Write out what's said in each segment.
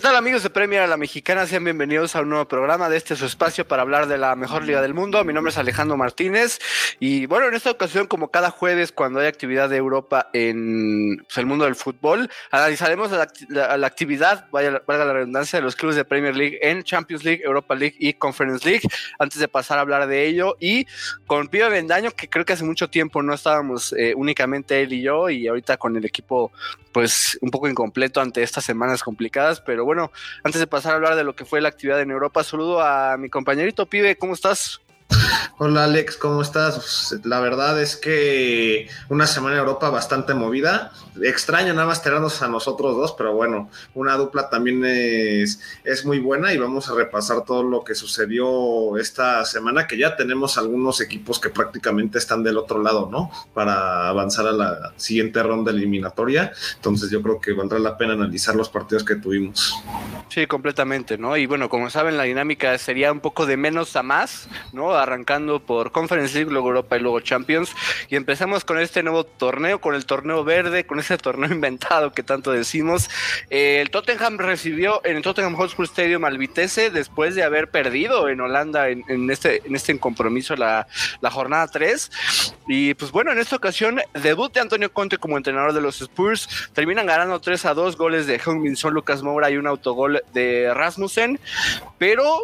tal, amigos de Premier a la Mexicana? Sean bienvenidos a un nuevo programa de su espacio para hablar de la mejor liga del mundo. Mi nombre es Alejandro Martínez y bueno, en esta ocasión, como cada jueves cuando hay actividad de Europa en el mundo del fútbol, analizaremos la actividad, valga la redundancia, de los clubes de Premier League en Champions League, Europa League y Conference League. Antes de pasar a hablar de ello, y con Pío Bendaño, que creo que hace mucho tiempo no estábamos únicamente él y yo, y ahorita con el equipo pues un poco incompleto ante estas semanas complicadas, pero bueno, antes de pasar a hablar de lo que fue la actividad en Europa, saludo a mi compañerito Pibe. ¿Cómo estás? Hola Alex, ¿cómo estás? Pues, la verdad es que una semana en Europa bastante movida. Extraño nada más tenernos a nosotros dos, pero bueno, una dupla también es muy buena y vamos a repasar todo lo que sucedió esta semana, que ya tenemos algunos equipos que prácticamente están del otro lado, ¿no? Para avanzar a la siguiente ronda eliminatoria. Entonces yo creo que valdrá la pena analizar los partidos que tuvimos. Sí, completamente, ¿no? Y bueno, como saben, la dinámica sería un poco de menos a más, ¿no? Arrancando por Conference League, luego Europa y luego Champions. Y empezamos con este nuevo torneo, con el torneo verde, con ese torneo inventado que tanto decimos. El Tottenham recibió en el Tottenham Hotspur Stadium al Vitesse después de haber perdido en Holanda en este compromiso la jornada 3. Y pues bueno, en esta ocasión, debut de Antonio Conte como entrenador de los Spurs. Terminan ganando 3-2, goles de Heung-min Son, Lucas Moura y un autogol de Rasmussen, pero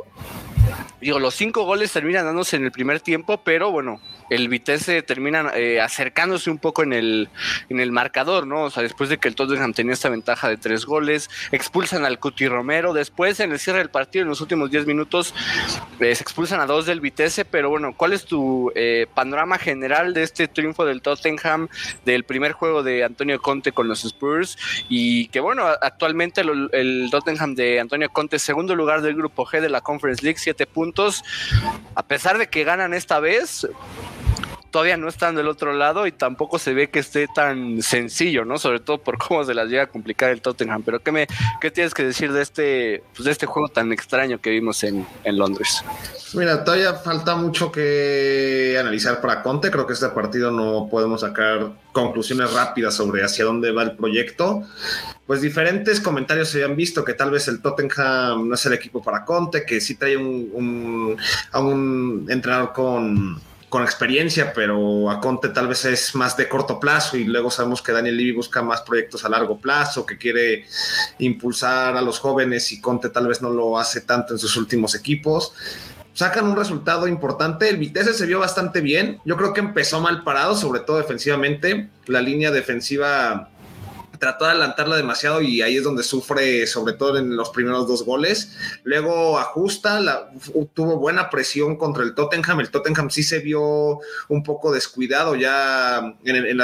los 5 goles terminan dándose en el primer tiempo, pero bueno, el Vitesse termina acercándose un poco en el marcador, ¿no? O sea, después de que el Tottenham tenía esta ventaja de 3 goles, expulsan al Cuti Romero. Después, en el cierre del partido, en los últimos 10 minutos, se expulsan a 2 del Vitesse. Pero bueno, ¿cuál es tu panorama general de este triunfo del Tottenham, del primer juego de Antonio Conte con los Spurs? Y que bueno, actualmente el Tottenham de Antonio Conte, segundo lugar del grupo G de la Conference League, 7 puntos. A pesar de que ganan esta vez, todavía no están del otro lado y tampoco se ve que esté tan sencillo, ¿no? Sobre todo por cómo se las llega a complicar el Tottenham. Pero ¿qué tienes que decir de este juego tan extraño que vimos en Londres? Mira, todavía falta mucho que analizar para Conte. Creo que este partido no podemos sacar conclusiones rápidas sobre hacia dónde va el proyecto. Pues diferentes comentarios se han visto que tal vez el Tottenham no es el equipo para Conte, que sí trae a un entrenador con experiencia, pero a Conte tal vez es más de corto plazo, y luego sabemos que Daniel Levy busca más proyectos a largo plazo, que quiere impulsar a los jóvenes, y Conte tal vez no lo hace tanto en sus últimos equipos. Sacan un resultado importante. El Vitesse se vio bastante bien. Yo creo que empezó mal parado, sobre todo defensivamente. La línea defensiva trató de adelantarla demasiado y ahí es donde sufre, sobre todo en los primeros 2 goles. Luego ajusta, tuvo buena presión contra el Tottenham. El Tottenham sí se vio un poco descuidado ya en la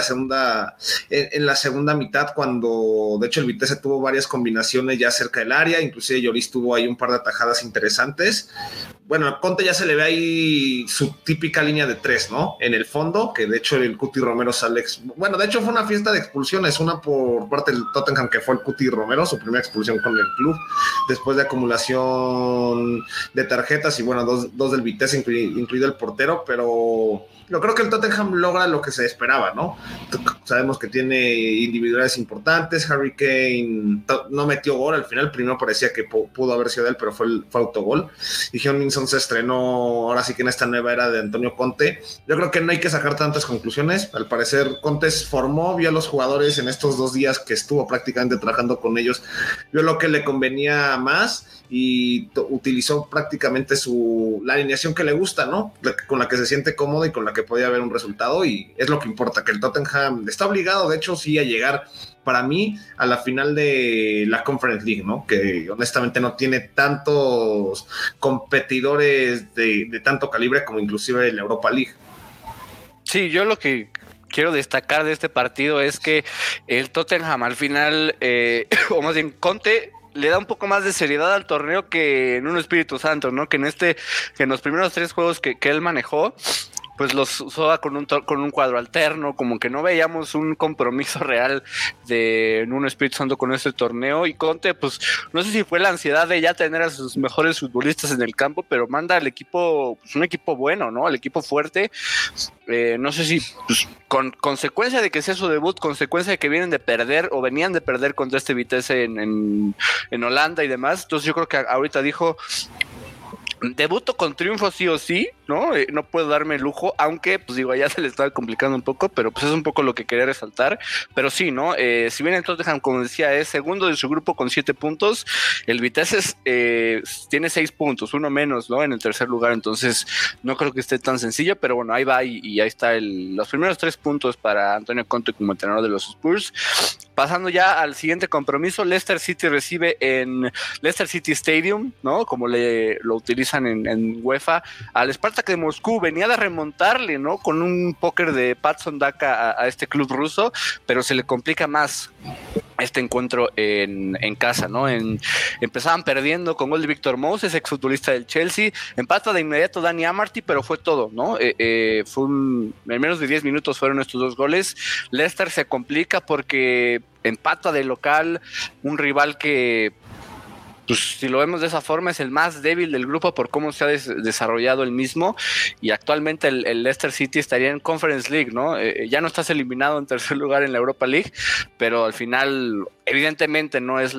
segunda mitad, cuando de hecho el Vitesse tuvo varias combinaciones ya cerca del área. Inclusive Lloris tuvo ahí un par de atajadas interesantes. Bueno, a Conte ya se le ve ahí su típica línea de 3, ¿no? En el fondo, que de hecho el Cuti Romero sale... Bueno, de hecho fue una fiesta de expulsiones, una por parte del Tottenham, que fue el Cuti Romero, su primera expulsión con el club, después de acumulación de tarjetas, y bueno, dos del Vitesse, incluido el portero, pero yo creo que el Tottenham logra lo que se esperaba, ¿no? Sabemos que tiene individualidades importantes. Harry Kane no metió gol al final, primero parecía que pudo haber sido de él, pero fue autogol. Y Heung-min Son se estrenó ahora sí que en esta nueva era de Antonio Conte. Yo creo que no hay que sacar tantas conclusiones. Al parecer Conte vio a los jugadores en estos 2 días que estuvo prácticamente trabajando con ellos, vio lo que le convenía más y utilizó prácticamente la alineación que le gusta, ¿no? Con la que se siente cómodo y con la que podía haber un resultado, y es lo que importa, que el Tottenham está obligado, de hecho, sí, a llegar, para mí, a la final de la Conference League, ¿no? Que honestamente no tiene tantos competidores de tanto calibre como inclusive la Europa League. Sí, yo lo que quiero destacar de este partido es que el Tottenham al final, o más bien Conte, le da un poco más de seriedad al torneo que en un Espíritu Santo, ¿no? Que en los primeros 3 juegos que él manejó, pues los usó con un cuadro alterno, como que no veíamos un compromiso real de Nuno Espíritu Santo con este torneo. Y Conte, pues no sé si fue la ansiedad de ya tener a sus mejores futbolistas en el campo, pero manda al equipo, pues un equipo bueno, ¿no? Al equipo fuerte. No sé si pues, con consecuencia de que sea su debut, consecuencia de que vienen de perder o venían de perder contra este Vitesse en Holanda y demás. Entonces yo creo que ahorita dijo: debuto con triunfo sí o sí, ¿no? No puedo darme el lujo, aunque, pues digo, ya se le estaba complicando un poco, pero pues es un poco lo que quería resaltar. Pero sí, ¿no? Si bien el Tottenham, como decía, es segundo de su grupo con 7 puntos, el Vitesse tiene 6 puntos, uno menos, ¿no? En el tercer lugar, entonces no creo que esté tan sencillo, pero bueno, ahí va y ahí está los primeros 3 puntos para Antonio Conte como entrenador de los Spurs. Pasando ya al siguiente compromiso, Leicester City recibe en Leicester City Stadium, ¿no? Como lo utilizan en UEFA, al Spartak de Moscú. Venía de remontarle, ¿no? Con un póker de Patson Daka a este club ruso, pero se le complica más este encuentro en casa, ¿no? Empezaban perdiendo con gol de Víctor Moses, exfutbolista del Chelsea. Empata de inmediato Dani Amarty, pero fue todo, ¿no? En menos de 10 minutos fueron estos 2 goles. Leicester se complica porque empata de local, un rival que, pues si lo vemos de esa forma, es el más débil del grupo por cómo se ha desarrollado el mismo, y actualmente el Leicester City estaría en Conference League, ¿no? Ya no estás eliminado en tercer lugar en la Europa League, pero al final evidentemente no es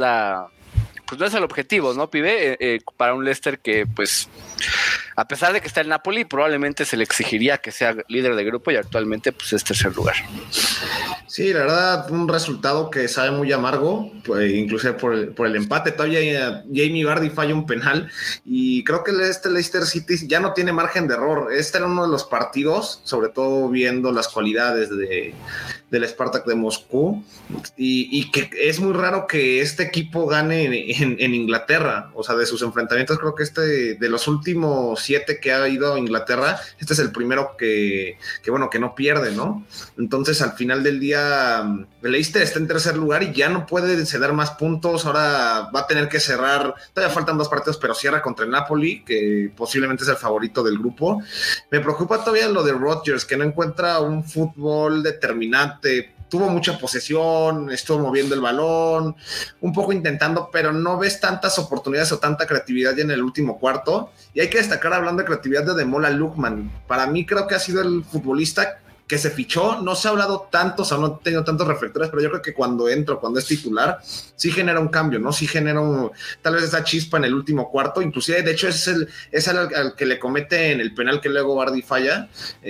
el objetivo, ¿no, pibe? Para un Leicester que, pues, a pesar de que está el Napoli, probablemente se le exigiría que sea líder de grupo, y actualmente pues es tercer lugar. Sí, la verdad, un resultado que sabe muy amargo, pues, inclusive por el empate. Todavía Jamie Vardy falla un penal, y creo que este Leicester City ya no tiene margen de error. Este era uno de los partidos, sobre todo viendo las cualidades del Spartak de Moscú, y que es muy raro que este equipo gane en Inglaterra. O sea, de sus enfrentamientos, creo que de los últimos 7 que ha ido a Inglaterra, este es el primero que no pierde, ¿no? Entonces, al final del día, el Leicester está en tercer lugar y ya no puede ceder más puntos. Ahora va a tener que cerrar, todavía faltan 2 partidos, pero cierra contra el Napoli, que posiblemente es el favorito del grupo. Me preocupa todavía lo de Rodgers, que no encuentra un fútbol determinante. Tuvo mucha posesión, estuvo moviendo el balón, un poco intentando, pero no ves tantas oportunidades o tanta creatividad ya en el último cuarto. Y hay que destacar, hablando de creatividad, de Ademola Lookman. Para mí creo que ha sido el futbolista que se fichó. No se ha hablado tanto, o sea, no he tenido tantos reflectores, pero yo creo que cuando es titular, sí genera un cambio, ¿no? Sí genera tal vez esa chispa en el último cuarto. Inclusive, de hecho, es al que le cometen el penal que luego Vardy falla.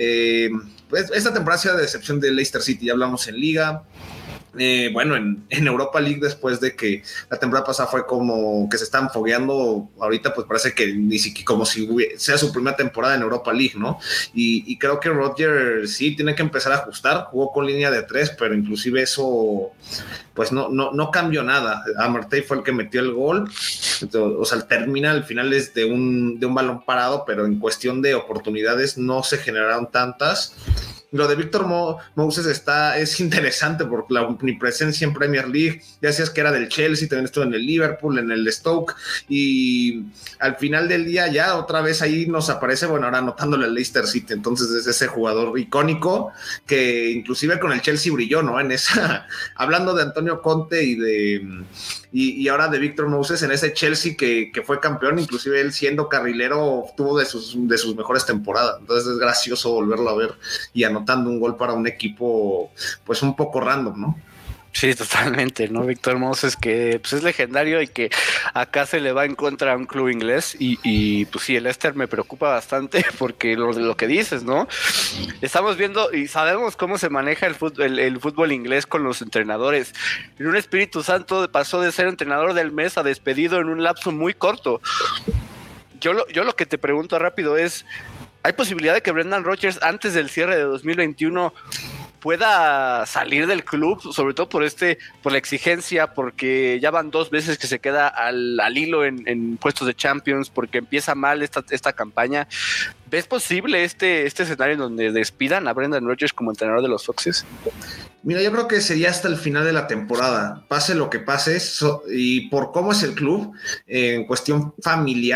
Pues esta temporada ha sido de decepción de Leicester City. Ya hablamos en Liga. Bueno, en Europa League, después de que la temporada pasada fue como que se están fogueando, ahorita pues parece que ni siquiera como si sea su primera temporada en Europa League, ¿no? Y creo que Rodgers sí tiene que empezar a ajustar. Jugó con línea de 3, pero inclusive eso pues no cambió nada. Amartey fue el que metió el gol. Entonces, o sea, al final es de un balón parado, pero en cuestión de oportunidades no se generaron tantas. Lo de Víctor Moses es interesante por la omnipresencia en Premier League. Ya decías que era del Chelsea, también estuvo en el Liverpool, en el Stoke, y al final del día ya otra vez ahí nos aparece, bueno, ahora anotándole al Leicester City. Entonces es ese jugador icónico que inclusive con el Chelsea brilló, ¿no? Hablando de Antonio Conte y ahora de Víctor Moses, en ese Chelsea que fue campeón, inclusive él siendo carrilero tuvo de sus mejores temporadas. Entonces es gracioso volverlo a ver y anotando un gol para un equipo pues un poco random, ¿no? Sí, totalmente, ¿no? Víctor Moses, que pues es legendario y que acá se le va en contra a un club inglés, y pues sí, el Leicester me preocupa bastante porque lo que dices, ¿no? Estamos viendo y sabemos cómo se maneja el fútbol inglés con los entrenadores. En un Espíritu Santo pasó de ser entrenador del mes a despedido en un lapso muy corto. Yo lo que te pregunto rápido es: ¿hay posibilidad de que Brendan Rodgers antes del cierre de 2021 pueda salir del club? Sobre todo por la exigencia, porque ya van 2 veces que se queda al hilo en puestos de Champions, porque empieza mal esta campaña. ¿Ves posible este escenario en donde despidan a Brendan Rodgers como entrenador de los Foxes? Mira, yo creo que sería hasta el final de la temporada, pase lo que pase, y por cómo es el club, en cuestión familiar,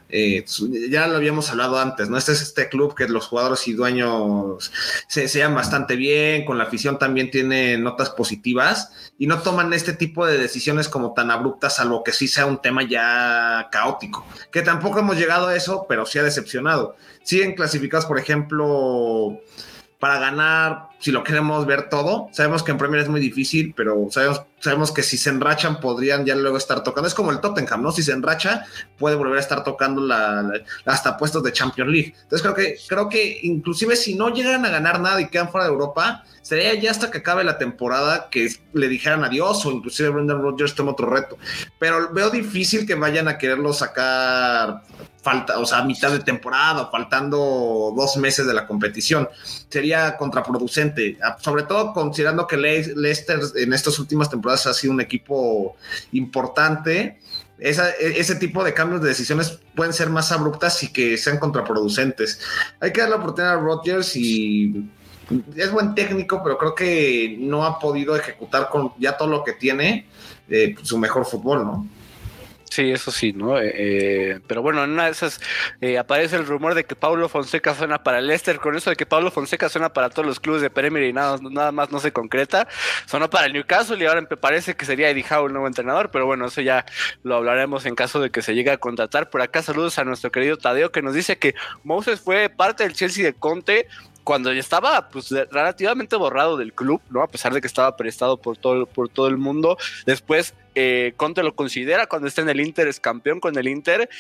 Ya lo habíamos hablado antes, ¿no? Este es este club que los jugadores y dueños se llevan bastante bien, con la afición también tiene notas positivas y no toman este tipo de decisiones como tan abruptas, salvo que sí sea un tema ya caótico, que tampoco hemos llegado a eso, pero sí ha decepcionado. Siguen clasificados, por ejemplo, para ganar, si lo queremos ver todo. Sabemos que en Premier es muy difícil, pero sabemos que si se enrachan podrían ya luego estar tocando. Es como el Tottenham, ¿no? Si se enracha, puede volver a estar tocando hasta puestos de Champions League. Entonces creo que inclusive si no llegan a ganar nada y quedan fuera de Europa, sería ya hasta que acabe la temporada que le dijeran adiós, o inclusive Brendan Rodgers toma otro reto. Pero veo difícil que vayan a quererlo sacar a mitad de temporada, faltando 2 meses de la competición. Sería contraproducente, sobre todo considerando que Leicester en estas últimas temporadas ha sido un equipo importante. Ese tipo de cambios de decisiones pueden ser más abruptas y que sean contraproducentes. Hay que dar la oportunidad a Rodgers y es buen técnico, pero creo que no ha podido ejecutar con ya todo lo que tiene su mejor fútbol, ¿no? Sí, eso sí, ¿no? Pero bueno, en una de esas aparece el rumor de que Paulo Fonseca suena para el Leicester. Con eso de que Paulo Fonseca suena para todos los clubes de Premier y nada más no se concreta. Sonó para el Newcastle y ahora me parece que sería Eddie Howe el nuevo entrenador, pero bueno, eso ya lo hablaremos en caso de que se llegue a contratar. Por acá saludos a nuestro querido Tadeo, que nos dice que Moses fue parte del Chelsea de Conte cuando ya estaba pues relativamente borrado del club, ¿no? A pesar de que estaba prestado por todo el mundo. Después Conte lo considera cuando está en el Inter, es campeón con el Inter,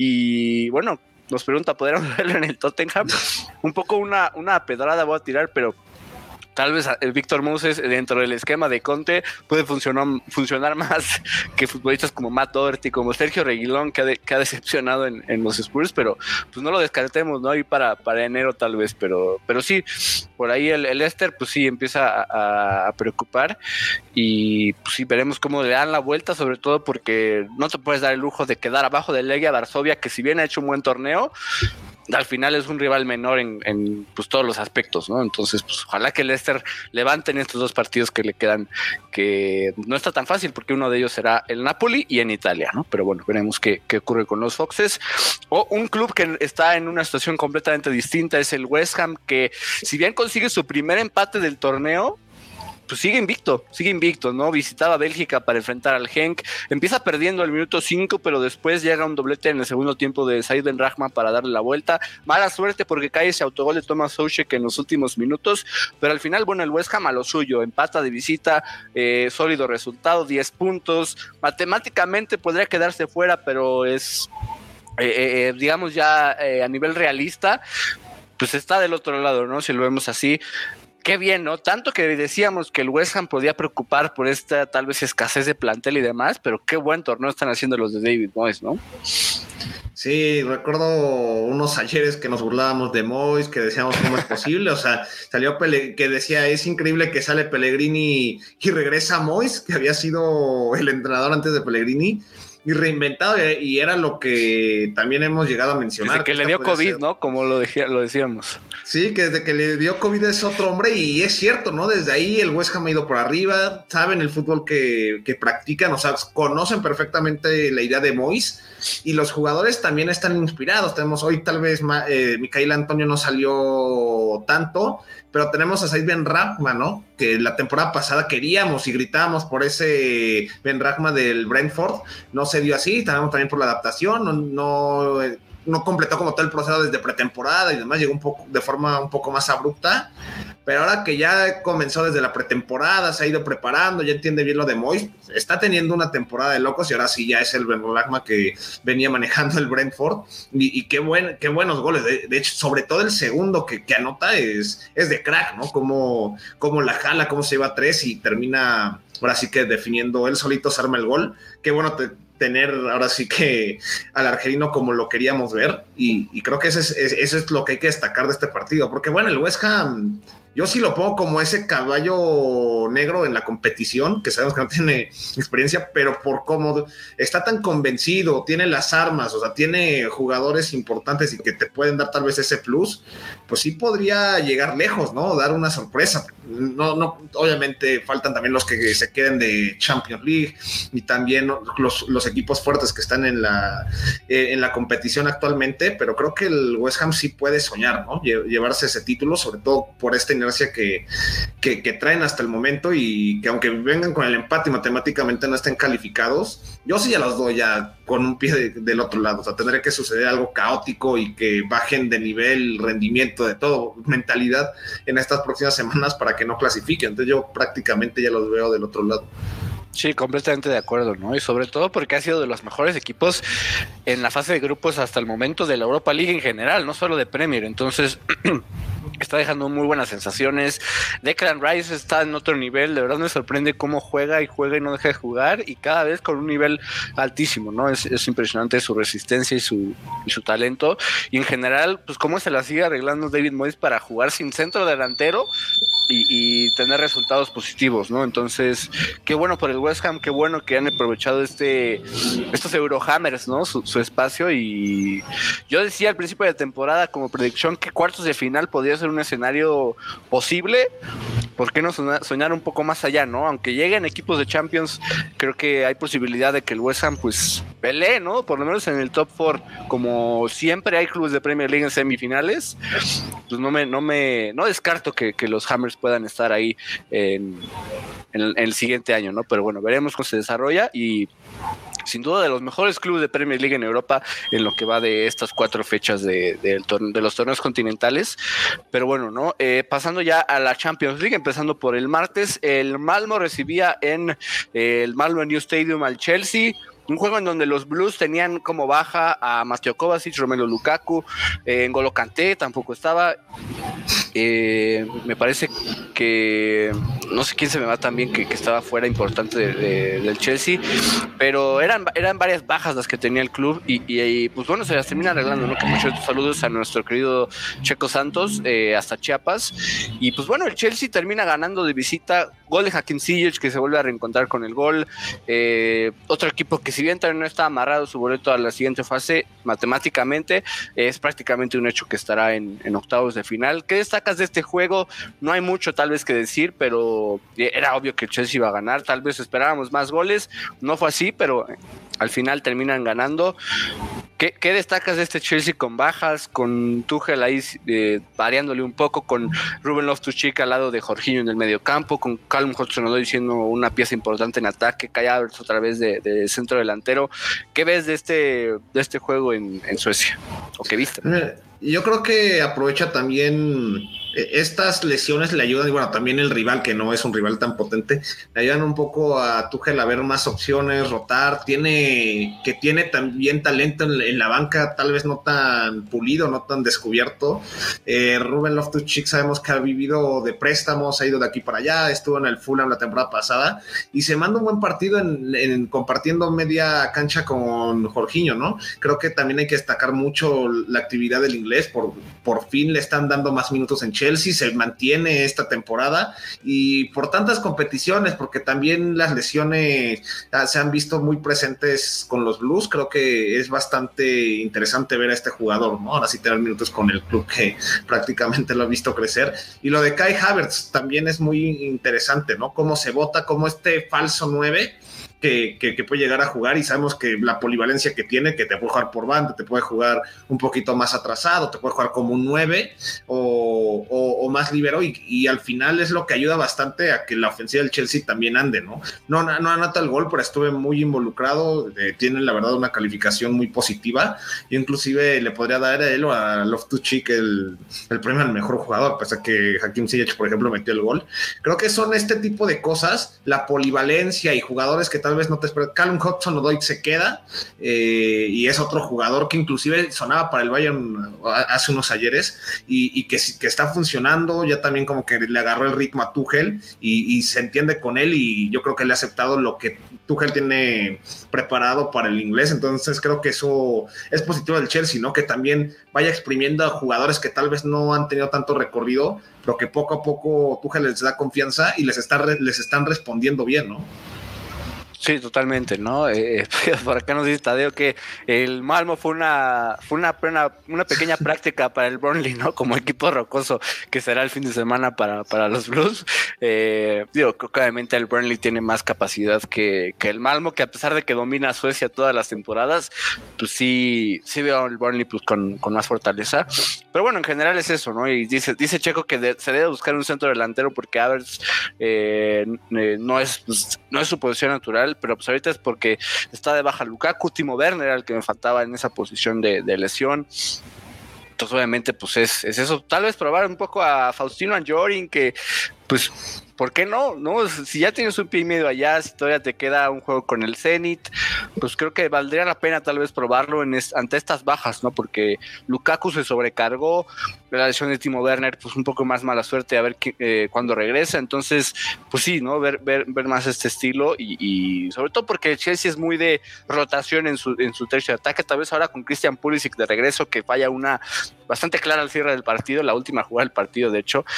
y bueno, nos pregunta, ¿podríamos verlo en el Tottenham? Un poco una pedrada voy a tirar, pero tal vez el Víctor Moses dentro del esquema de Conte puede funcionar más que futbolistas como Matt Doherty, como Sergio Reguilón, que ha decepcionado en los Spurs, pero pues no lo descartemos, ¿no? Y para enero tal vez, pero sí, por ahí el Leicester pues sí empieza a preocupar, y pues sí, veremos cómo le dan la vuelta, sobre todo porque no te puedes dar el lujo de quedar abajo del Legia Varsovia, que si bien ha hecho un buen torneo, al final es un rival menor en pues todos los aspectos, ¿no? Entonces, pues ojalá que el Leicester levanten estos 2 partidos que le quedan, que no está tan fácil porque uno de ellos será el Napoli y en Italia, ¿no? Pero bueno, veremos qué ocurre con los Foxes. O un club que está en una situación completamente distinta es el West Ham, que si bien consigue su primer empate del torneo, pues sigue invicto, ¿no? Visitaba Bélgica para enfrentar al Genk, empieza perdiendo al minuto 5, pero después llega un doblete en el segundo tiempo de Said Benrahma para darle la vuelta. Mala suerte porque cae ese autogol de Thomas Soucek en los últimos minutos, pero al final, bueno, el West Ham a lo suyo, empata de visita, sólido resultado, 10 puntos, matemáticamente podría quedarse fuera, pero es, digamos ya a nivel realista, pues está del otro lado, ¿no? Si lo vemos así. Qué bien, ¿no? Tanto que decíamos que el West Ham podía preocupar por esta tal vez escasez de plantel y demás, pero qué buen torneo están haciendo los de David Moyes, ¿no? Sí, recuerdo unos ayeres que nos burlábamos de Moyes, que decíamos cómo es posible, o sea, salió que decía, es increíble que sale Pellegrini y regresa Moyes, que había sido el entrenador antes de Pellegrini, y reinventado, y era lo que también hemos llegado a mencionar. Desde que le dio COVID, ser, ¿no? Como lo decíamos. Sí, que desde que le dio COVID es otro hombre, y es cierto, ¿no? Desde ahí el West Ham ha ido por arriba, saben el fútbol que practican, o sea, conocen perfectamente la idea de Moyes, y los jugadores también están inspirados. Tenemos hoy tal vez Micael Antonio no salió tanto, pero tenemos a Said Benrahma, ¿no? Que la temporada pasada queríamos y gritábamos por ese Benrahma del Brentford, no se dio así, también por la adaptación, no completó como todo el proceso desde pretemporada y demás, llegó de forma un poco más abrupta, pero ahora que ya comenzó desde la pretemporada, se ha ido preparando, ya entiende bien lo de Moyes, está teniendo una temporada de locos y ahora sí ya es el Benrahma que venía manejando el Brentford, y qué buenos goles, de hecho, sobre todo el segundo que anota es de crack, ¿no? Como la jala, cómo se lleva 3 y termina ahora sí que definiendo, él solito se arma el gol. Qué bueno tener ahora sí que al argelino como lo queríamos ver, y creo que eso es lo que hay que destacar de este partido, porque bueno, el West Ham yo sí lo pongo como ese caballo negro en la competición, que sabemos que no tiene experiencia, pero por cómo está tan convencido, tiene las armas, o sea, tiene jugadores importantes y que te pueden dar tal vez ese plus, pues sí podría llegar lejos, ¿no? Dar una sorpresa. No, obviamente faltan también los que se queden de Champions League y también los equipos fuertes que están en la competición actualmente, pero creo que el West Ham sí puede soñar, ¿no? Llevarse ese título, sobre todo por esta inercia que traen hasta el momento, y que aunque vengan con el empate y matemáticamente no estén calificados, yo sí ya los doy ya con un pie del otro lado. O sea, tendría que suceder algo caótico y que bajen de nivel, rendimiento, de todo, mentalidad en estas próximas semanas para que no clasifiquen. Entonces yo prácticamente ya los veo del otro lado. Sí, completamente de acuerdo, ¿no? Y sobre todo porque ha sido de los mejores equipos en la fase de grupos hasta el momento de la Europa League en general, no solo de Premier. Entonces está dejando muy buenas sensaciones. Declan Rice está en otro nivel, de verdad me sorprende cómo juega y no deja de jugar, y cada vez con un nivel altísimo, ¿no? Es impresionante su resistencia y su talento, y en general, pues cómo se la sigue arreglando David Moyes para jugar sin centro delantero y tener resultados positivos, ¿no? Entonces, qué bueno por el West Ham, qué bueno que han aprovechado estos Eurohammers, ¿no? Su espacio. Y yo decía al principio de temporada como predicción que cuartos de final podría ser un escenario posible. ¿Por qué no soñar un poco más allá, no? Aunque lleguen equipos de Champions, creo que hay posibilidad de que el West Ham pues pelee, ¿no? Por lo menos en el top 4, como siempre hay clubes de Premier League en semifinales, pues no descarto que los Hammers puedan estar ahí en el siguiente año, ¿no? Pero bueno, veremos cómo se desarrolla, y sin duda de los mejores clubes de Premier League en Europa en lo que va de estas 4 fechas de los torneos continentales. Pero bueno, ¿no? Pasando ya a la Champions League, empezando por el martes, el Malmo recibía en el Malmo New Stadium al Chelsea. Un juego en donde los Blues tenían como baja a Mateo Kovacic, Romelu Lukaku, N'Golo Kanté tampoco estaba. Me parece que no sé quién se me va también que estaba fuera importante del Chelsea, pero eran varias bajas las que tenía el club, y pues bueno, se las termina arreglando, ¿no? Que muchos saludos a nuestro querido Checo Santos hasta Chiapas, y pues bueno, el Chelsea termina ganando de visita, gol de Hakim Ziyech, que se vuelve a reencontrar con el gol. Otro equipo que si bien también no está amarrado su boleto a la siguiente fase, matemáticamente es prácticamente un hecho que estará en octavos de final. ¿Qué destacas de este juego? No hay mucho tal vez que decir, pero era obvio que el Chelsea iba a ganar, tal vez esperábamos más goles, no fue así, pero al final terminan ganando. ¿Qué destacas de este Chelsea con bajas, con Tuchel ahí variándole un poco, con Ruben Loftus-Cheek al lado de Jorginho en el mediocampo, con Callum Hudson-Odoi siendo una pieza importante en ataque, Kai Havertz otra vez de centro delantero? ¿Qué ves de este juego en Suecia? ¿O qué viste? Yo creo que aprovecha también estas lesiones, le ayudan, y bueno, también el rival, que no es un rival tan potente, le ayudan un poco a Tuchel a ver más opciones, rotar, tiene también talento en la banca, tal vez no tan pulido, no tan descubierto. Ruben Loftus-Cheek sabemos que ha vivido de préstamos, ha ido de aquí para allá, estuvo en el Fulham la temporada pasada, y se manda un buen partido en compartiendo media cancha con Jorginho, ¿no? Creo que también hay que destacar mucho la actividad del inglés, por fin le están dando más minutos en Chelsea, se mantiene esta temporada, y por tantas competiciones, porque también las lesiones se han visto muy presentes con los Blues. Creo que es bastante interesante ver a este jugador, ¿no? Ahora sí tener minutos con el club que prácticamente lo ha visto crecer, y lo de Kai Havertz también es muy interesante, ¿no? Cómo se vota, como este falso 9 que puede llegar a jugar, y sabemos que la polivalencia que tiene, que te puede jugar por banda, te puede jugar un poquito más atrasado, te puede jugar como un 9 o más libero, y al final es lo que ayuda bastante a que la ofensiva del Chelsea también ande, ¿no? No anota el gol, pero estuve muy involucrado, tiene la verdad una calificación muy positiva. Yo inclusive le podría dar a él o a Loftus-Cheek el premio al mejor jugador, pese a que Hakim Ziyech, por ejemplo, metió el gol. Creo que son este tipo de cosas, la polivalencia y jugadores que tal vez no te esperas. Callum Hudson-Odoi se queda y es otro jugador que inclusive sonaba para el Bayern hace unos ayeres y que está funcionando, ya también como que le agarró el ritmo a Tuchel y se entiende con él y yo creo que le ha aceptado lo que Tuchel tiene preparado para el inglés, entonces creo que eso es positivo del Chelsea, ¿no? Que también vaya exprimiendo a jugadores que tal vez no han tenido tanto recorrido, pero que poco a poco Tuchel les da confianza y les están respondiendo bien, ¿no? Sí, totalmente, ¿no? Por acá nos dice Tadeo que el Malmo fue una pequeña práctica para el Burnley, ¿no? Como equipo rocoso que será el fin de semana para los Blues. Creo que obviamente el Burnley tiene más capacidad que el Malmo, que a pesar de que domina a Suecia todas las temporadas, pues sí veo al Burnley pues, con más fortaleza. Pero bueno, en general es eso, ¿no? Y dice Checo que se debe buscar un centro delantero porque Havertz no es su posición natural, pero pues ahorita es porque está de baja Lukaku. Timo Werner era el que me faltaba en esa posición de lesión. Entonces obviamente pues es eso, tal vez probar un poco a Faustino Anjorin, que pues ¿por qué no? Si ya tienes un pie y medio allá, si todavía te queda un juego con el Zenit, pues creo que valdría la pena tal vez probarlo ante estas bajas, ¿no? Porque Lukaku se sobrecargó, la lesión de Timo Werner, pues un poco más mala suerte a ver cuándo regresa, entonces, pues sí, ¿no? Ver más este estilo y sobre todo porque Chelsea es muy de rotación en su tercio de ataque, tal vez ahora con Christian Pulisic de regreso, que falla una bastante clara al cierre del partido, la última jugada del partido, de hecho,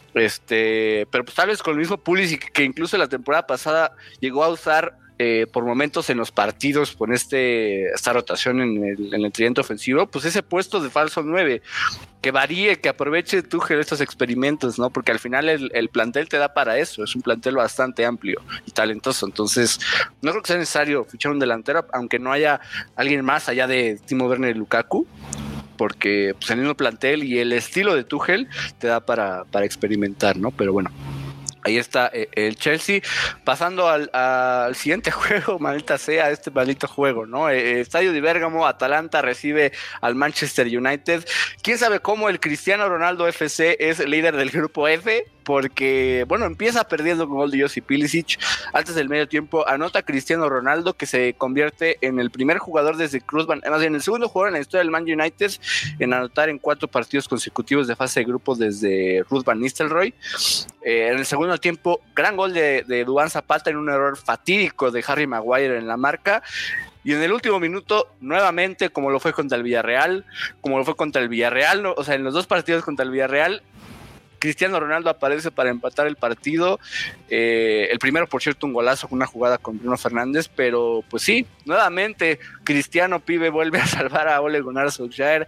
pero pues tal vez con el mismo Pulisic que incluso la temporada pasada llegó a usar por momentos en los partidos con esta rotación en el tridente ofensivo, pues ese puesto de falso 9 que varíe, que aproveche Tuchel estos experimentos, ¿no? Porque al final el plantel te da para eso, es un plantel bastante amplio y talentoso, entonces no creo que sea necesario fichar un delantero, aunque no haya alguien más allá de Timo Werner y Lukaku, porque pues, el mismo plantel y el estilo de Tuchel te da para experimentar, ¿no? Pero bueno, ahí está el Chelsea. Pasando al siguiente juego, maldita sea, este maldito juego, ¿no? Estadio de Bérgamo, Atalanta recibe al Manchester United. ¿Quién sabe cómo el Cristiano Ronaldo FC es el líder del grupo F? Porque, bueno, empieza perdiendo con gol de Josip Pulisic. Antes del medio tiempo anota Cristiano Ronaldo, que se convierte en el primer jugador desde Cruz Van, más bien el segundo jugador en la historia del Man United en anotar en 4 partidos consecutivos de fase de grupo desde Ruud van Nistelrooy. En el segundo tiempo, gran gol de Duván Zapata en un error fatídico de Harry Maguire en la marca. Y en el último minuto, nuevamente, como lo fue contra el Villarreal, ¿no? O sea, en los 2 partidos contra el Villarreal, Cristiano Ronaldo aparece para empatar el partido. El primero, por cierto, un golazo con una jugada con Bruno Fernández, pero pues sí, nuevamente Cristiano Pibe vuelve a salvar a Ole Gunnar Solskjaer.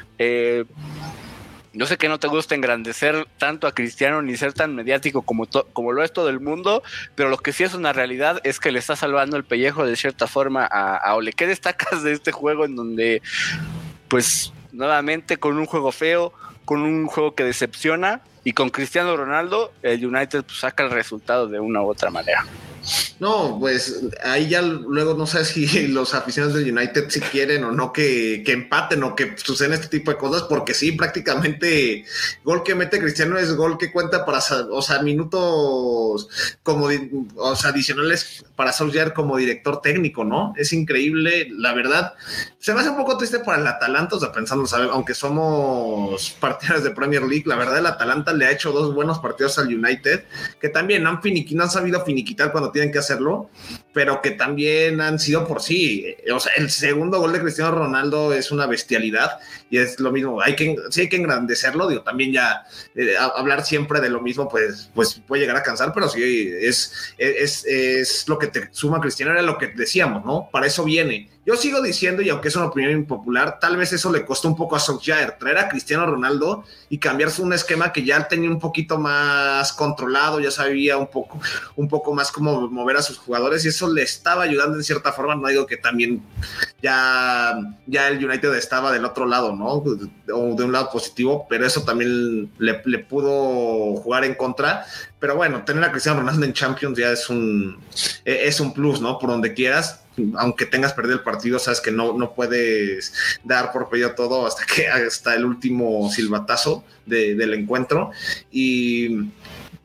Yo sé que no te gusta engrandecer tanto a Cristiano ni ser tan mediático como lo es todo el mundo, pero lo que sí es una realidad es que le está salvando el pellejo de cierta forma a Ole. ¿Qué destacas de este juego en donde, pues, nuevamente con un juego feo, con un juego que decepciona y con Cristiano Ronaldo, el United pues, saca el resultado de una u otra manera? No, pues ahí ya luego no sé si los aficionados del United si quieren o no que empaten o que suceden este tipo de cosas, porque sí, prácticamente gol que mete Cristiano es gol que cuenta para, o sea, minutos como, o sea, adicionales para Solskjaer como director técnico, ¿no? Es increíble, la verdad. Se me hace un poco triste para el Atalanta, o sea, pensando, ¿sabes? Aunque somos partidarios de Premier League, la verdad el Atalanta le ha hecho 2 buenos partidos al United, que también no han sabido finiquitar cuando tienen que hacerlo, pero que también han sido por sí. O sea, el segundo gol de Cristiano Ronaldo es una bestialidad y es lo mismo. Sí hay que engrandecerlo, digo, también ya hablar siempre de lo mismo, pues puede llegar a cansar, pero sí es lo que te suma Cristiano, era lo que decíamos, ¿no? Para eso viene. Yo sigo diciendo, y aunque es una opinión impopular, tal vez eso le costó un poco a Solskjaer, traer a Cristiano Ronaldo y cambiarse un esquema que ya tenía un poquito más controlado, ya sabía un poco más cómo mover a sus jugadores, y eso le estaba ayudando en cierta forma. No digo que también ya el United estaba del otro lado, ¿no? O de un lado positivo, pero eso también le pudo jugar en contra. Pero bueno, tener a Cristiano Ronaldo en Champions ya es un plus, ¿no? Por donde quieras, aunque tengas perdido el partido, sabes que no puedes dar por perdido todo hasta el último silbatazo del encuentro. Y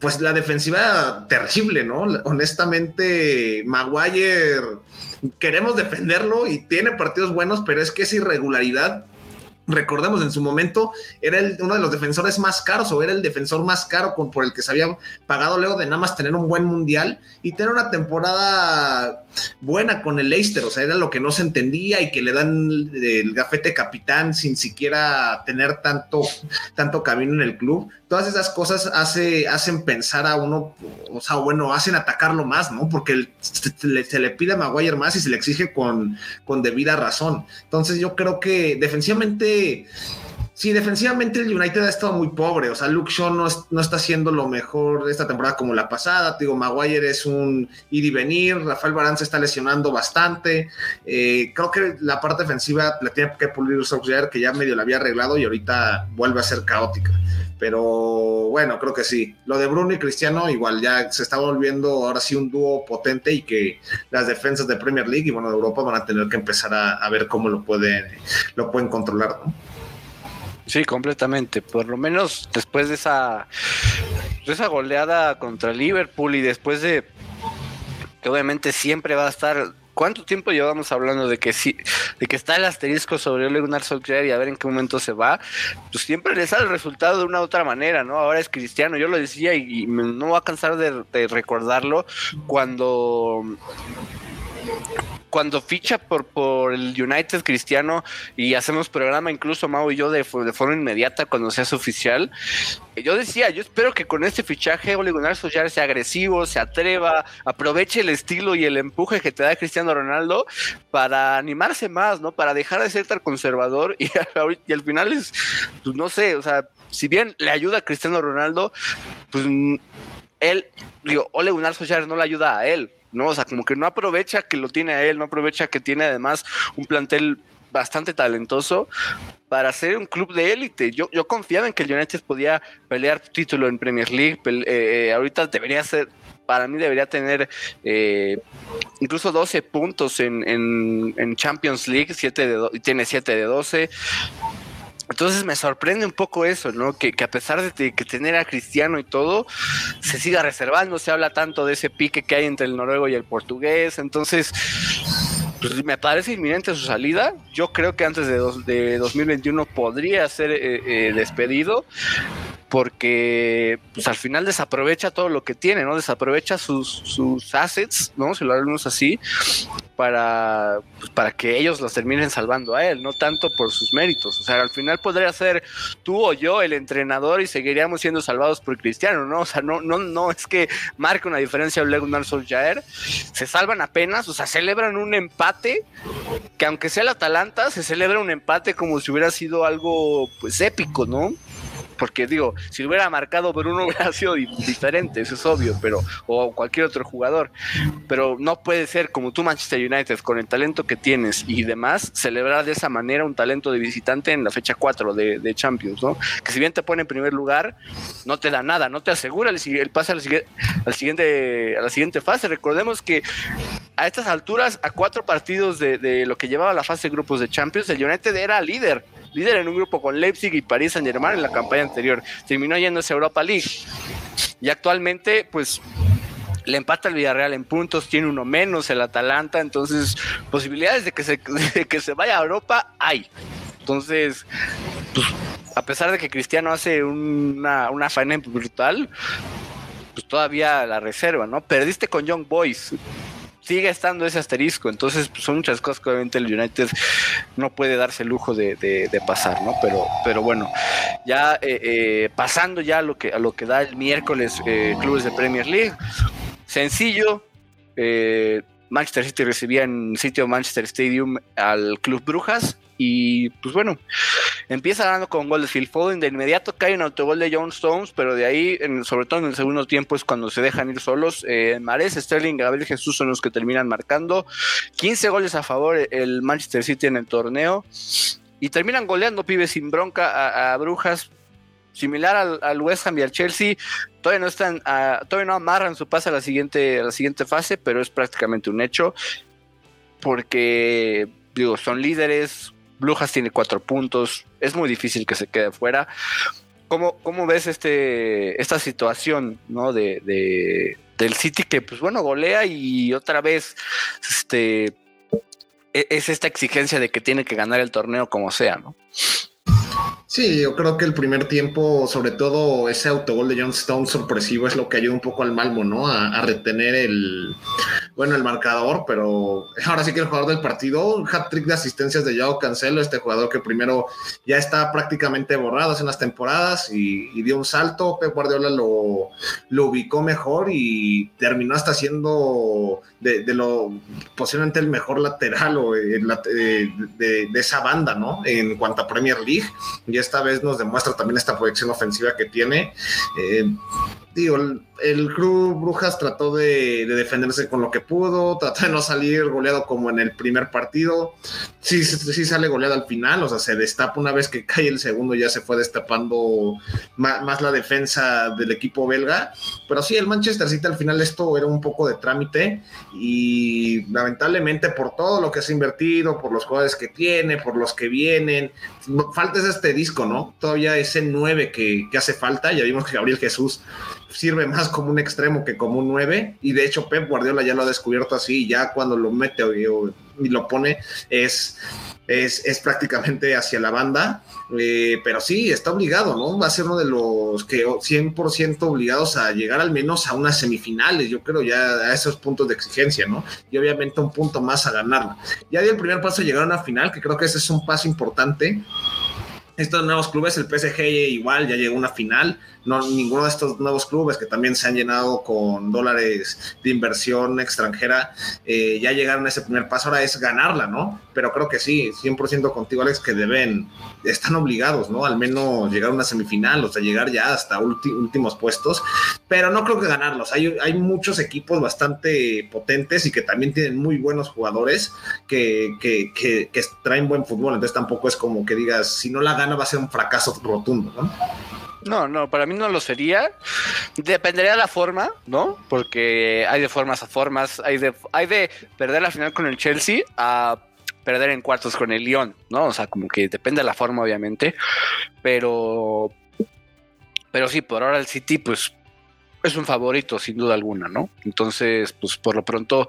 pues la defensiva terrible, ¿no? Honestamente, Maguire, queremos defenderlo y tiene partidos buenos, pero es que esa irregularidad, recordemos, en su momento era uno de los defensores más caros, o era el defensor más caro por el que se había pagado luego de nada más tener un buen mundial y tener una temporada buena con el Leicester. O sea, era lo que no se entendía, y que le dan el gafete capitán sin siquiera tener tanto camino en el club. Todas esas cosas hacen pensar a uno, o sea, bueno, hacen atacarlo más, ¿no? Porque se le pide a Maguire más y se le exige con debida razón. Entonces yo creo que defensivamente el United ha estado muy pobre. O sea, Luke Shaw no está haciendo lo mejor esta temporada como la pasada. Te digo, Maguire es un ir y venir. Rafael Varane se está lesionando bastante. Creo que la parte defensiva la tiene que pulir Solskjaer, que ya medio la había arreglado y ahorita vuelve a ser caótica. Pero bueno, creo que sí. Lo de Bruno y Cristiano igual ya se está volviendo ahora sí un dúo potente, y que las defensas de Premier League y bueno, de Europa van a tener que empezar a ver cómo lo pueden controlar, ¿no? Sí, completamente. Por lo menos después de esa goleada contra Liverpool, y después de que obviamente siempre va a estar. ¿Cuánto tiempo llevamos hablando de que sí, de que está el asterisco sobre Ole Gunnar Solskjaer y a ver en qué momento se va? Pues siempre le sale el resultado de una u otra manera, ¿no? Ahora es Cristiano, yo lo decía y no voy a cansar de recordarlo, cuando ficha por el United Cristiano, y hacemos programa incluso Mau y yo de forma inmediata cuando se hace oficial, yo decía, yo espero que con este fichaje Ole Gunnar Solskjaer sea agresivo, se atreva, aproveche el estilo y el empuje que te da Cristiano Ronaldo para animarse más, ¿no? Para dejar de ser tan conservador, y al final es, pues no sé, o sea, si bien le ayuda a Cristiano Ronaldo, pues Ole Gunnar Solskjaer no le ayuda a él, ¿no? O sea, como que no aprovecha que lo tiene a él, no aprovecha que tiene además un plantel bastante talentoso para ser un club de élite. Yo confiaba en que el United podía pelear título en Premier League. Ahorita debería ser, para mí debería tener incluso 12 puntos en Champions League, tiene 7 de 12. Entonces me sorprende un poco eso, ¿no? Que a pesar de que tener a Cristiano y todo, se siga reservando. Se habla tanto de ese pique que hay entre el noruego y el portugués. Entonces, pues me parece inminente su salida. Yo creo que antes de 2021 podría ser despedido, porque pues al final desaprovecha todo lo que tiene, ¿no? Desaprovecha sus assets, ¿no? Si lo hablamos así, para que ellos los terminen salvando a él, no tanto por sus méritos. O sea, al final podría ser tú o yo el entrenador y seguiríamos siendo salvados por Cristiano, ¿no? O sea, no es que marque una diferencia Ole Gunnar Solskjaer. Se salvan apenas, o sea, celebran un empate, que aunque sea el Atalanta, se celebra un empate como si hubiera sido algo, pues, épico, ¿no? Porque digo, si hubiera marcado Bruno hubiera sido diferente, eso es obvio, o cualquier otro jugador, pero no puede ser como tú, Manchester United, con el talento que tienes y demás, celebrar de esa manera un talento de visitante en la fecha 4 de Champions, ¿no? Que si bien te pone en primer lugar, no te da nada, no te asegura el pase a la siguiente fase. Recordemos que a estas alturas, a 4 partidos de lo que llevaba la fase de grupos de Champions, el United era líder en un grupo con Leipzig y Paris Saint-Germain en la campaña anterior. Terminó yéndose a Europa League. Y actualmente, pues, le empata el Villarreal en puntos, tiene uno menos el Atalanta, entonces posibilidades de que se vaya a Europa hay. Entonces, pues, a pesar de que Cristiano hace una faena brutal, pues todavía la reserva, ¿no? Perdiste con Young Boys, sigue estando ese asterisco. Entonces, pues, son muchas cosas que obviamente el United no puede darse el lujo de pasar, ¿no? Pero bueno, ya pasando ya a lo que da el miércoles, clubes de Premier League, sencillo. Manchester City recibía en sitio Manchester Stadium al Club Brujas, y pues bueno, empieza ganando con gol de Phil Foden. De inmediato cae un autogol de John Stones, pero de ahí, sobre todo en el segundo tiempo, es cuando se dejan ir solos. Mahrez, Sterling, Gabriel Jesús son los que terminan marcando. 15 goles a favor el Manchester City en el torneo, y terminan goleando, pibes, sin bronca a Brujas. Similar al West Ham y al Chelsea, todavía no amarran su pase a la siguiente fase, pero es prácticamente un hecho, porque digo, son líderes. Brujas tiene 4 puntos, es muy difícil que se quede fuera. ¿Cómo ves esta situación, ¿no? Del City que, pues bueno, golea y otra vez es esta exigencia de que tiene que ganar el torneo como sea, ¿no? Sí, yo creo que el primer tiempo, sobre todo ese autogol de John Stone sorpresivo, es lo que ayuda un poco al Malmo, ¿no? A retener el marcador, pero ahora sí que el jugador del partido, un hat-trick de asistencias de Joao Cancelo, este jugador que primero ya está prácticamente borrado hace unas temporadas y dio un salto. Pep Guardiola lo ubicó mejor y terminó hasta siendo de lo posiblemente el mejor lateral o de esa banda, ¿no? En cuanto a Premier League, y esta vez nos demuestra también esta proyección ofensiva que tiene. Digo, el Club Brujas trató de defenderse con lo que pudo, trató de no salir goleado como en el primer partido. Sí sale goleado al final, o sea, se destapa una vez que cae el segundo, ya se fue destapando más la defensa del equipo belga. Pero sí, el Manchester City al final esto era un poco de trámite y lamentablemente por todo lo que se ha invertido, por los jugadores que tiene, por los que vienen, falta este disco, ¿no? Todavía ese 9 que hace falta. Ya vimos que Gabriel Jesús sirve más como un extremo que como un 9, y de hecho Pep Guardiola ya lo ha descubierto así, ya cuando lo mete y lo pone es prácticamente hacia la banda, pero sí, está obligado, ¿no? Va a ser uno de los que 100% obligados a llegar al menos a unas semifinales, yo creo, ya a esos puntos de exigencia, ¿no? Y obviamente un punto más a ganarla. Ya dio el primer paso a llegar a una final, que creo que ese es un paso importante. Estos nuevos clubes, el PSG igual ya llegó a una final, no ninguno de estos nuevos clubes que también se han llenado con dólares de inversión extranjera, ya llegaron a ese primer paso, ahora es ganarla, ¿no? Pero creo que sí, 100% contigo, Alex, que están obligados, ¿no? Al menos llegar a una semifinal, o sea, llegar ya hasta últimos puestos, pero no creo que ganarlos. Hay muchos equipos bastante potentes y que también tienen muy buenos jugadores que traen buen fútbol, entonces tampoco es como que digas, si no la gana va a ser un fracaso rotundo, ¿no? No, para mí no lo sería. Dependería de la forma, ¿no? Porque hay de formas a formas. Hay de perder la final con el Chelsea a perder en cuartos con el Lyon, ¿no? O sea, como que depende de la forma, obviamente. Pero sí, por ahora el City, pues, es un favorito, sin duda alguna, ¿no? Entonces, pues, por lo pronto,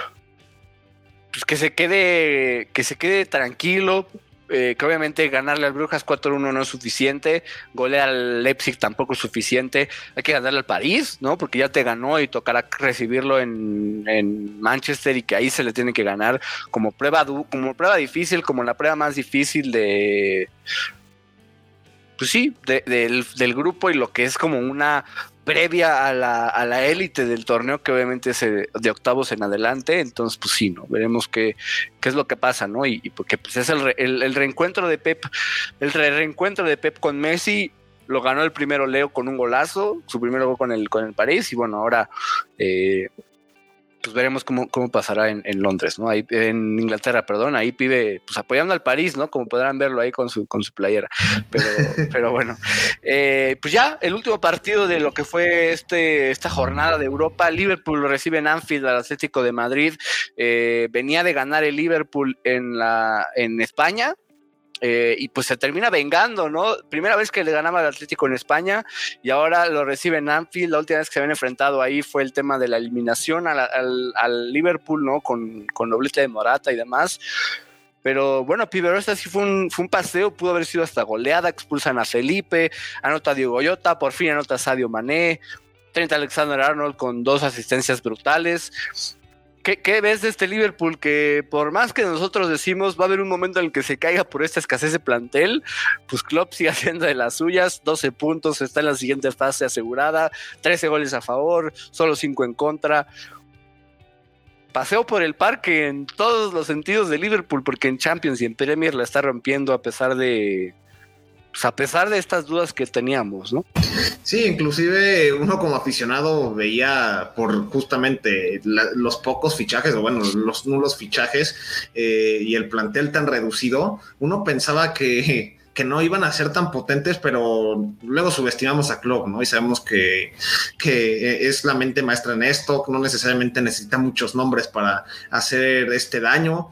pues que se quede tranquilo. Que obviamente ganarle al Brujas 4-1 no es suficiente, golear al Leipzig tampoco es suficiente, hay que ganarle al París, ¿no? Porque ya te ganó y tocará recibirlo en Manchester, y que ahí se le tiene que ganar como prueba difícil, como la prueba más difícil pues sí, del grupo, y lo que es como una previa a la élite del torneo, que obviamente es de octavos en adelante. Entonces, pues sí, ¿no? Veremos qué es lo que pasa, ¿no? Y porque pues es el reencuentro de Pep, reencuentro de Pep con Messi. Lo ganó el primero Leo con un golazo, su primer gol con el París, y bueno, ahora pues veremos cómo pasará en Londres, ¿no? Ahí en Inglaterra, perdón, ahí pibe, pues apoyando al París, ¿no? Como podrán verlo ahí con su playera. Pero bueno, pues ya el último partido de lo que fue esta jornada de Europa, Liverpool lo recibe en Anfield al Atlético de Madrid. Venía de ganar el Liverpool en España. Y pues se termina vengando, ¿no? Primera vez que le ganaba al Atlético en España, y ahora lo recibe en Anfield. La última vez que se habían enfrentado ahí fue el tema de la eliminación al Liverpool, ¿no? Con doblete de Morata y demás. Pero bueno, Piber, esta sí fue un paseo, pudo haber sido hasta goleada. Expulsan a Felipe, anota a Diogo Jota, por fin anota a Sadio Mané, Trent Alexander-Arnold con 2 asistencias brutales. ¿Qué ves de este Liverpool? Que por más que nosotros decimos va a haber un momento en el que se caiga por esta escasez de plantel, pues Klopp sigue haciendo de las suyas. 12 puntos, está en la siguiente fase asegurada, 13 goles a favor, solo 5 en contra. Paseo por el parque en todos los sentidos de Liverpool, porque en Champions y en Premier la está rompiendo a pesar de estas dudas que teníamos, ¿no? Sí, inclusive uno como aficionado veía por justamente los pocos fichajes, o bueno, los nulos fichajes, y el plantel tan reducido, uno pensaba que no iban a ser tan potentes, pero luego subestimamos a Klopp, ¿no? Y sabemos que es la mente maestra en esto, que no necesariamente necesita muchos nombres para hacer este daño.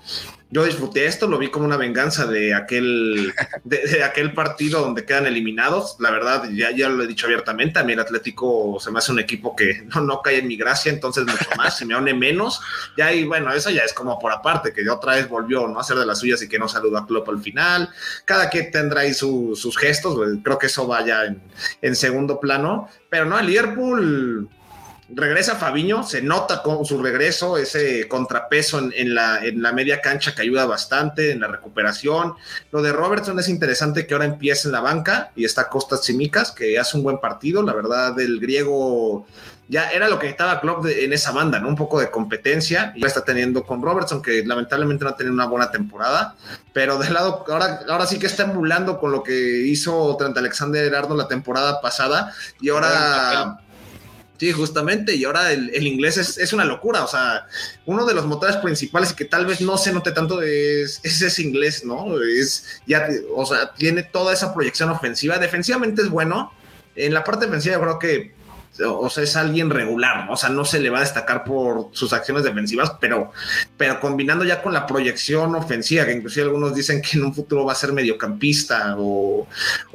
Yo disfruté esto, lo vi como una venganza de aquel partido donde quedan eliminados. La verdad, ya lo he dicho abiertamente, a mí el Atlético se me hace un equipo que no cae en mi gracia, entonces mucho más, Simeone menos. Ya, y bueno, eso ya es como por aparte, que otra vez volvió, ¿no?, a hacer de las suyas y que no saludó a Klopp al final. Cada quien tendrá ahí sus gestos, creo que eso vaya en segundo plano, pero no, el Liverpool... Regresa Fabinho, se nota con su regreso, ese contrapeso en la media cancha que ayuda bastante en la recuperación. Lo de Robertson es interesante, que ahora empieza en la banca y está Kostas Tsimikas, que hace un buen partido. La verdad, el griego ya era lo que necesitaba Klopp en esa banda, ¿no? Un poco de competencia, y ya está teniendo con Robertson, que lamentablemente no ha tenido una buena temporada, pero de lado, ahora sí que está emulando con lo que hizo Trent Alexander-Arnold la temporada pasada, y ahora... Sí, justamente, y ahora el inglés es una locura. O sea, uno de los motores principales y que tal vez no se note tanto es ese inglés, ¿no? O sea, tiene toda esa proyección ofensiva. Defensivamente es bueno. En la parte defensiva yo creo que, o sea, es alguien regular, ¿no? O sea, no se le va a destacar por sus acciones defensivas, pero combinando ya con la proyección ofensiva, que inclusive algunos dicen que en un futuro va a ser mediocampista o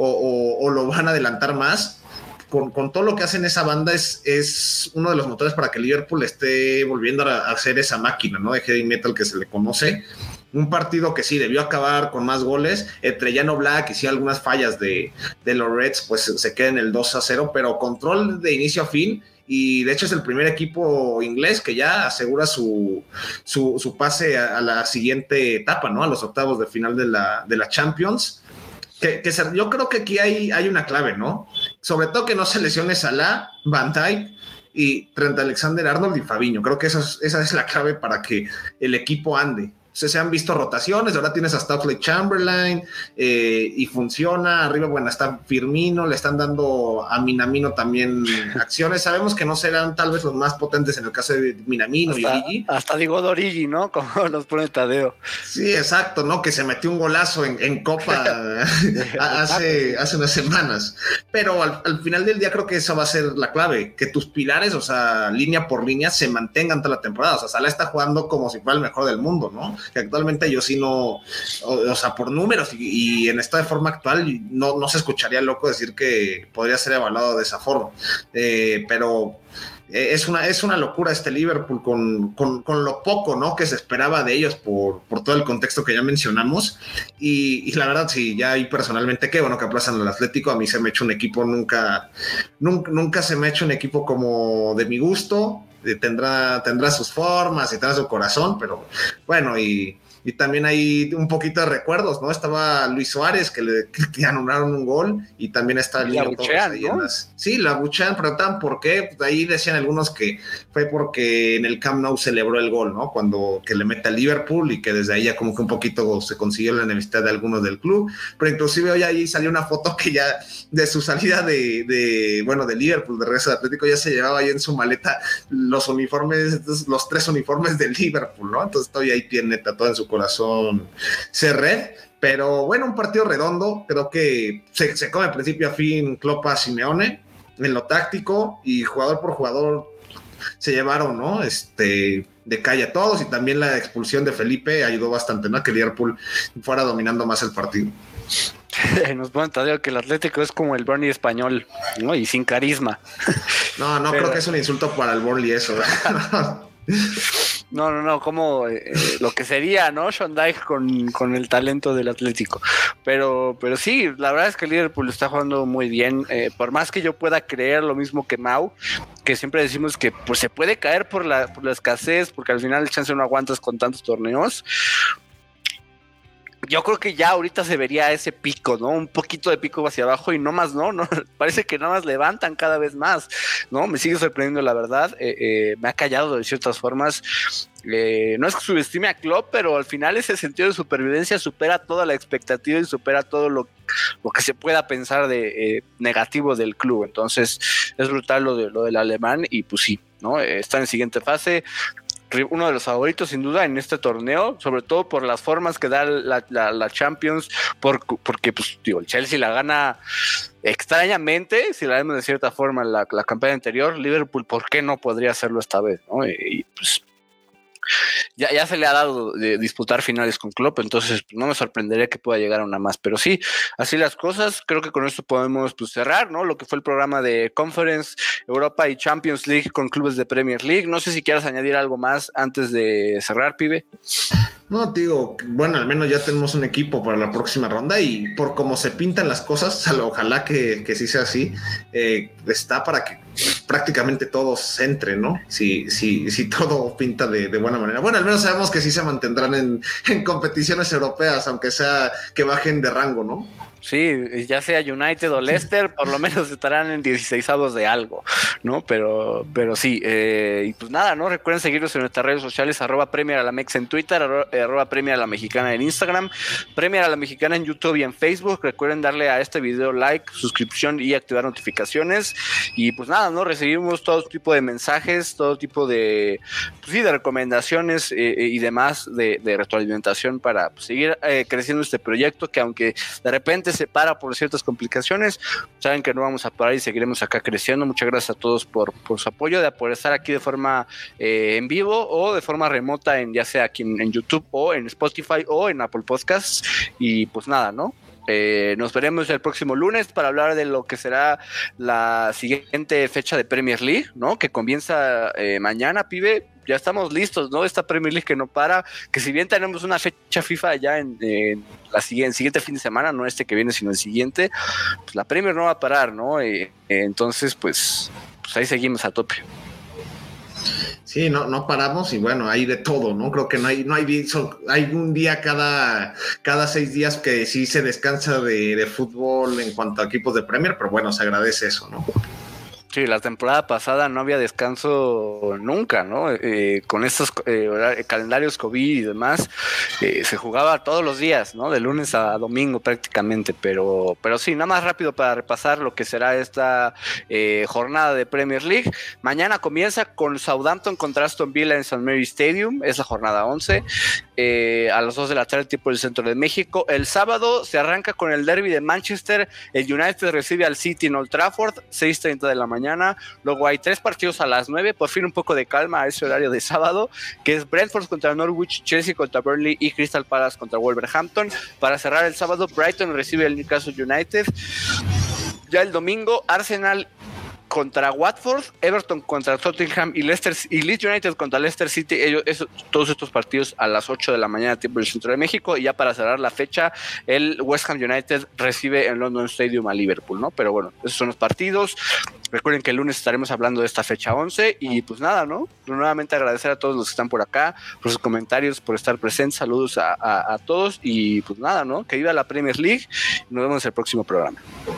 lo van a adelantar más. Con todo lo que hacen esa banda es uno de los motores para que Liverpool esté volviendo a hacer esa máquina, ¿no?, de heavy metal que se le conoce. Un partido que sí debió acabar con más goles, entre Jan Oblak y sí algunas fallas de los Reds, pues se queda en el 2-0, pero control de inicio a fin, y de hecho es el primer equipo inglés que ya asegura su pase a la siguiente etapa, ¿no?, a los octavos de final de la Champions. Yo creo que aquí hay una clave, ¿no? Sobre todo que no se lesione Salah, Van Dijk y Trent Alexander-Arnold y Fabinho. Creo que esa es la clave para que el equipo ande. Se han visto rotaciones, ahora tienes a Oxlade-Chamberlain y funciona. Arriba, bueno, está Firmino, le están dando a Minamino también acciones. Sabemos que no serán tal vez los más potentes en el caso de Minamino y Origi. Hasta digo de Origi, ¿no? Como nos pone Tadeo. Sí, exacto, ¿no? Que se metió un golazo en Copa hace unas semanas. Pero al final del día creo que esa va a ser la clave, que tus pilares, o sea, línea por línea, se mantengan toda la temporada. O sea, Salah está jugando como si fuera el mejor del mundo, ¿no? Que actualmente yo sí no, o sea, por números y en esta forma actual no se escucharía loco decir que podría ser evaluado de esa forma, pero es una locura este Liverpool con lo poco, ¿no?, que se esperaba de ellos por todo el contexto que ya mencionamos, y la verdad sí, ya ahí personalmente qué bueno que aplazan al Atlético. A mí se me ha hecho un equipo, nunca se me ha hecho un equipo como de mi gusto. Tendrá sus formas y tendrá su corazón, pero bueno, y también hay un poquito de recuerdos, ¿no? Estaba Luis Suárez, que anularon un gol, y también está el Niño Torres ahí, ¿no? Sí, la abuchean, preguntaban por qué. Pues ahí decían algunos que fue porque en el Camp Nou celebró el gol, ¿no?, que le mete a Liverpool, y que desde ahí ya como que un poquito se consiguió la enemistad de algunos del club. Pero inclusive hoy ahí salió una foto que ya de su salida de Liverpool, de regreso de Atlético, ya se llevaba ahí en su maleta los uniformes, los 3 uniformes del Liverpool, ¿no? Entonces todavía ahí tiene tatuado en su corazón ser, pero bueno, un partido redondo. Creo que se come de principio a fin Klopp a Simeone en lo táctico, y jugador por jugador se llevaron, ¿no?, de calle a todos, y también la expulsión de Felipe ayudó bastante, ¿no?, que Liverpool fuera dominando más el partido. Nos ponen Tadeo que el Atlético es como el Burnley español, ¿no?, y sin carisma. No, pero creo que es un insulto para el Burnley eso. No, como lo que sería, ¿no?, Sean Dyche con el talento del Atlético. Pero sí, la verdad es que el Liverpool está jugando muy bien. Por más que yo pueda creer lo mismo que Mau, que siempre decimos que pues se puede caer por la escasez, porque al final el chance no aguantas con tantos torneos. Yo creo que ya ahorita se vería ese pico, ¿no? Un poquito de pico hacia abajo, y no más, no, parece que nada más levantan cada vez más, ¿no? Me sigue sorprendiendo, la verdad. Me ha callado de ciertas formas. No es que subestime a Klopp, pero al final ese sentido de supervivencia supera toda la expectativa y supera todo lo que se pueda pensar de negativo del club. Entonces es brutal lo del alemán, y pues sí, ¿no? Está en siguiente fase. Uno de los favoritos sin duda en este torneo, sobre todo por las formas que da la Champions, porque pues digo, el Chelsea la gana extrañamente, si la vemos de cierta forma la campaña anterior. Liverpool, ¿por qué no podría hacerlo esta vez, ¿no? Y pues Ya se le ha dado de disputar finales con Klopp, entonces no me sorprendería que pueda llegar a una más, pero sí, así las cosas. Creo que con esto podemos pues, cerrar, ¿no? Lo que fue el programa de Conference, Europa y Champions League con clubes de Premier League. No sé si quieras añadir algo más antes de cerrar, pibe. No, digo, bueno, al menos ya tenemos un equipo para la próxima ronda y por cómo se pintan las cosas, ojalá que sí sea así, está para que prácticamente todos entren, ¿no? Si todo pinta de buena manera. Bueno, al menos sabemos que sí se mantendrán en competiciones europeas, aunque sea que bajen de rango, ¿no? Sí, ya sea United o Leicester, por lo menos estarán en 16avos de algo, ¿no? Pero sí, y pues nada, ¿no? Recuerden seguirnos en nuestras redes sociales, @PremierAlamex en Twitter, @PremierAlaMexicana en Instagram, Premier a la Mexicana en YouTube y en Facebook. Recuerden darle a este video like, suscripción y activar notificaciones. Y pues nada, ¿no? Recibimos todo tipo de mensajes, todo tipo de, pues sí, de recomendaciones y demás de retroalimentación para pues, seguir creciendo este proyecto que aunque de repente se para por ciertas complicaciones, saben que no vamos a parar y seguiremos acá creciendo. Muchas gracias a todos por su apoyo, por estar aquí de forma en vivo o de forma remota, ya sea aquí en YouTube o en Spotify o en Apple Podcasts. Y pues nada, ¿no? Nos veremos el próximo lunes para hablar de lo que será la siguiente fecha de Premier League, ¿no? Que comienza mañana, pibe. Ya estamos listos, ¿no? Esta Premier League que no para, que si bien tenemos una fecha FIFA ya en la siguiente fin de semana, no este que viene, sino el siguiente, pues la Premier no va a parar, ¿no? Entonces, pues ahí seguimos a tope. Sí, no paramos y bueno, hay de todo, ¿no? Creo que no hay un día cada 6 días que sí se descansa de fútbol en cuanto a equipos de Premier, pero bueno, se agradece eso, ¿no? Sí, la temporada pasada no había descanso nunca, ¿no? Con estos calendarios COVID y demás, se jugaba todos los días, ¿no? De lunes a domingo prácticamente, pero sí, nada más rápido para repasar lo que será esta jornada de Premier League. Mañana comienza con Southampton contra Aston Villa en St. Mary's Stadium, es la jornada 11, a las 2 de la tarde, tiempo del centro de México. El sábado se arranca con el derby de Manchester, el United recibe al City en Old Trafford, 6:30 de la mañana. Luego hay 3 partidos a las 9, por fin un poco de calma a ese horario de sábado, que es Brentford contra Norwich, Chelsea contra Burnley y Crystal Palace contra Wolverhampton. Para cerrar el sábado, Brighton recibe al Newcastle United. Ya el domingo, Arsenal contra Watford, Everton contra Tottenham y Leeds United contra Leicester City. Todos estos partidos a las 8 de la mañana, tiempo del centro de México. Y ya para cerrar la fecha, el West Ham United recibe en London Stadium a Liverpool, ¿no? Pero bueno, esos son los partidos. Recuerden que el lunes estaremos hablando de esta fecha 11 y pues nada, ¿no? Nuevamente agradecer a todos los que están por acá, por sus comentarios, por estar presentes. Saludos a todos y pues nada, ¿no? Que viva la Premier League. Nos vemos en el próximo programa.